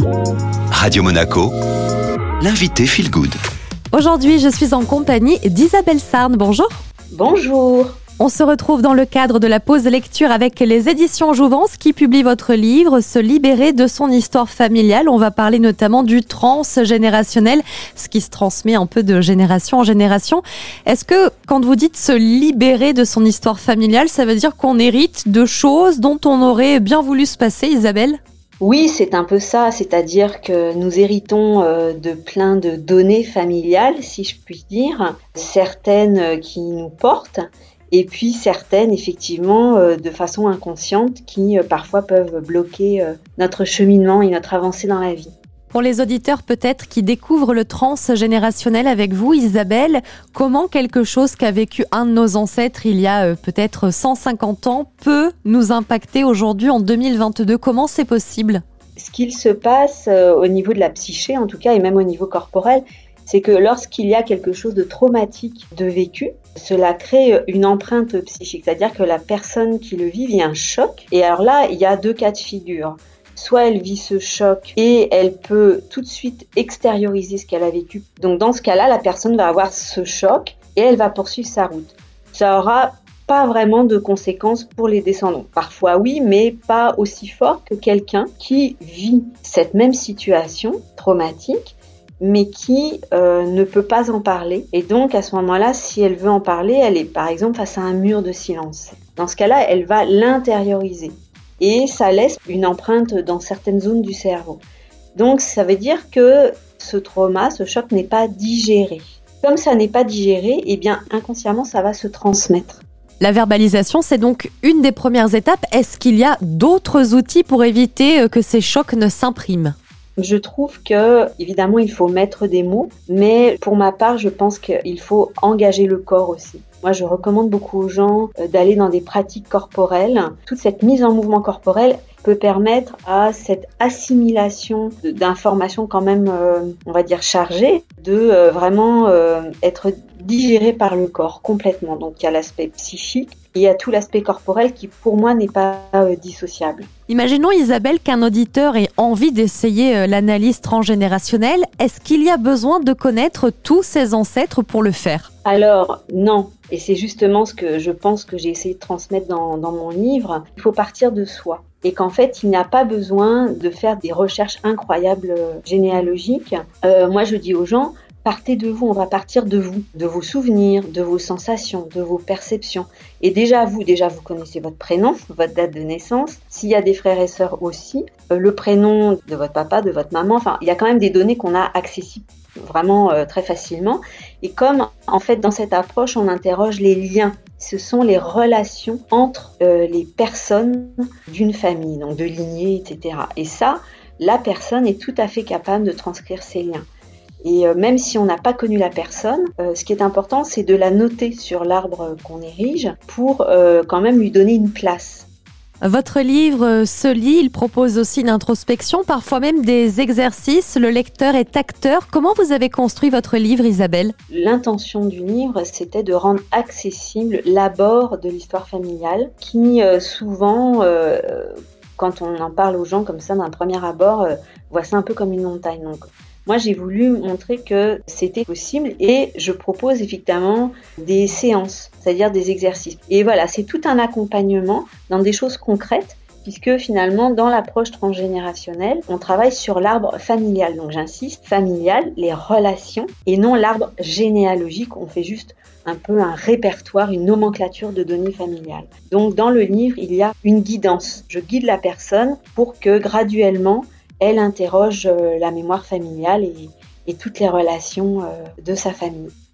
Radio Monaco, l'invité Feel Good. Aujourd'hui, je suis en compagnie d'Isabelle Sarne. Bonjour. Bonjour. On se retrouve dans le cadre de la pause lecture avec les éditions Jouvence qui publient votre livre « Se libérer de son histoire familiale ». On va parler notamment du transgénérationnel, ce qui se transmet un peu de génération en génération. Est-ce que quand vous dites se libérer de son histoire familiale, ça veut dire qu'on hérite de choses dont on aurait bien voulu se passer, Isabelle ? Oui, c'est un peu ça, c'est-à-dire que nous héritons de plein de données familiales, si je puis dire, certaines qui nous portent, et puis certaines, effectivement, de façon inconsciente, qui parfois peuvent bloquer notre cheminement et notre avancée dans la vie. Pour les auditeurs peut-être qui découvrent le transgénérationnel avec vous, Isabelle, comment quelque chose qu'a vécu un de nos ancêtres il y a peut-être 150 ans peut nous impacter aujourd'hui en 2022 ? Comment c'est possible ? Ce qu'il se passe au niveau de la psyché, en tout cas, et même au niveau corporel, c'est que lorsqu'il y a quelque chose de traumatique de vécu, cela crée une empreinte psychique, c'est-à-dire que la personne qui le vit vit un choc. Et alors là, il y a deux cas de figure. Soit elle vit ce choc et elle peut tout de suite extérioriser ce qu'elle a vécu. Donc dans ce cas-là, la personne va avoir ce choc et elle va poursuivre sa route. Ça aura pas vraiment de conséquences pour les descendants. Parfois oui, mais pas aussi fort que quelqu'un qui vit cette même situation traumatique, mais qui ne peut pas en parler. Et donc à ce moment-là, si elle veut en parler, elle est par exemple face à un mur de silence. Dans ce cas-là, elle va l'intérioriser. Et ça laisse une empreinte dans certaines zones du cerveau. Donc ça veut dire que ce trauma, ce choc n'est pas digéré. Comme ça n'est pas digéré, eh bien inconsciemment ça va se transmettre. La verbalisation, c'est donc une des premières étapes. Est-ce qu'il y a d'autres outils pour éviter que ces chocs ne s'impriment ? Je trouve que, évidemment, il faut mettre des mots, mais pour ma part, je pense qu'il faut engager le corps aussi. Moi, je recommande beaucoup aux gens d'aller dans des pratiques corporelles. Toute cette mise en mouvement corporel peut permettre à cette assimilation d'informations quand même, on va dire, chargées, de vraiment être digérée par le corps complètement. Donc, il y a l'aspect psychique et il y a tout l'aspect corporel qui, pour moi, n'est pas dissociable. Imaginons, Isabelle, qu'un auditeur ait envie d'essayer l'analyse transgénérationnelle. Est-ce qu'il y a besoin de connaître tous ses ancêtres pour le faire ? Alors, non. Et c'est justement ce que je pense que j'ai essayé de transmettre dans mon livre. Il faut partir de soi. Et qu'en fait, il n'y a pas besoin de faire des recherches incroyables généalogiques. Moi, je dis aux gens, partez de vous, on va partir de vous, de vos souvenirs, de vos sensations, de vos perceptions. Et déjà vous connaissez votre prénom, votre date de naissance. S'il y a des frères et sœurs aussi, le prénom de votre papa, de votre maman. Enfin, il y a quand même des données qu'on a accessibles vraiment très facilement. Et comme, en fait, dans cette approche, on interroge les liens. Ce sont les relations entre les personnes d'une famille, donc de lignée, etc. Et ça, la personne est tout à fait capable de transcrire ces liens. Et même si on n'a pas connu la personne, ce qui est important, c'est de la noter sur l'arbre qu'on érige pour quand même lui donner une place. Votre livre se lit, il propose aussi une introspection, parfois même des exercices. Le lecteur est acteur. Comment vous avez construit votre livre, Isabelle ? L'intention du livre, c'était de rendre accessible l'abord de l'histoire familiale qui souvent, quand on en parle aux gens comme ça d'un premier abord, voit ça un peu comme une montagne. Donc, moi, j'ai voulu montrer que c'était possible et je propose effectivement des séances, c'est-à-dire des exercices. Et voilà, c'est tout un accompagnement dans des choses concrètes puisque finalement, dans l'approche transgénérationnelle, on travaille sur l'arbre familial. Donc j'insiste, familial, les relations et non l'arbre généalogique. On fait juste un peu un répertoire, une nomenclature de données familiales. Donc dans le livre, il y a une guidance. Je guide la personne pour que graduellement, elle interroge la mémoire familiale et toutes les relations de sa famille.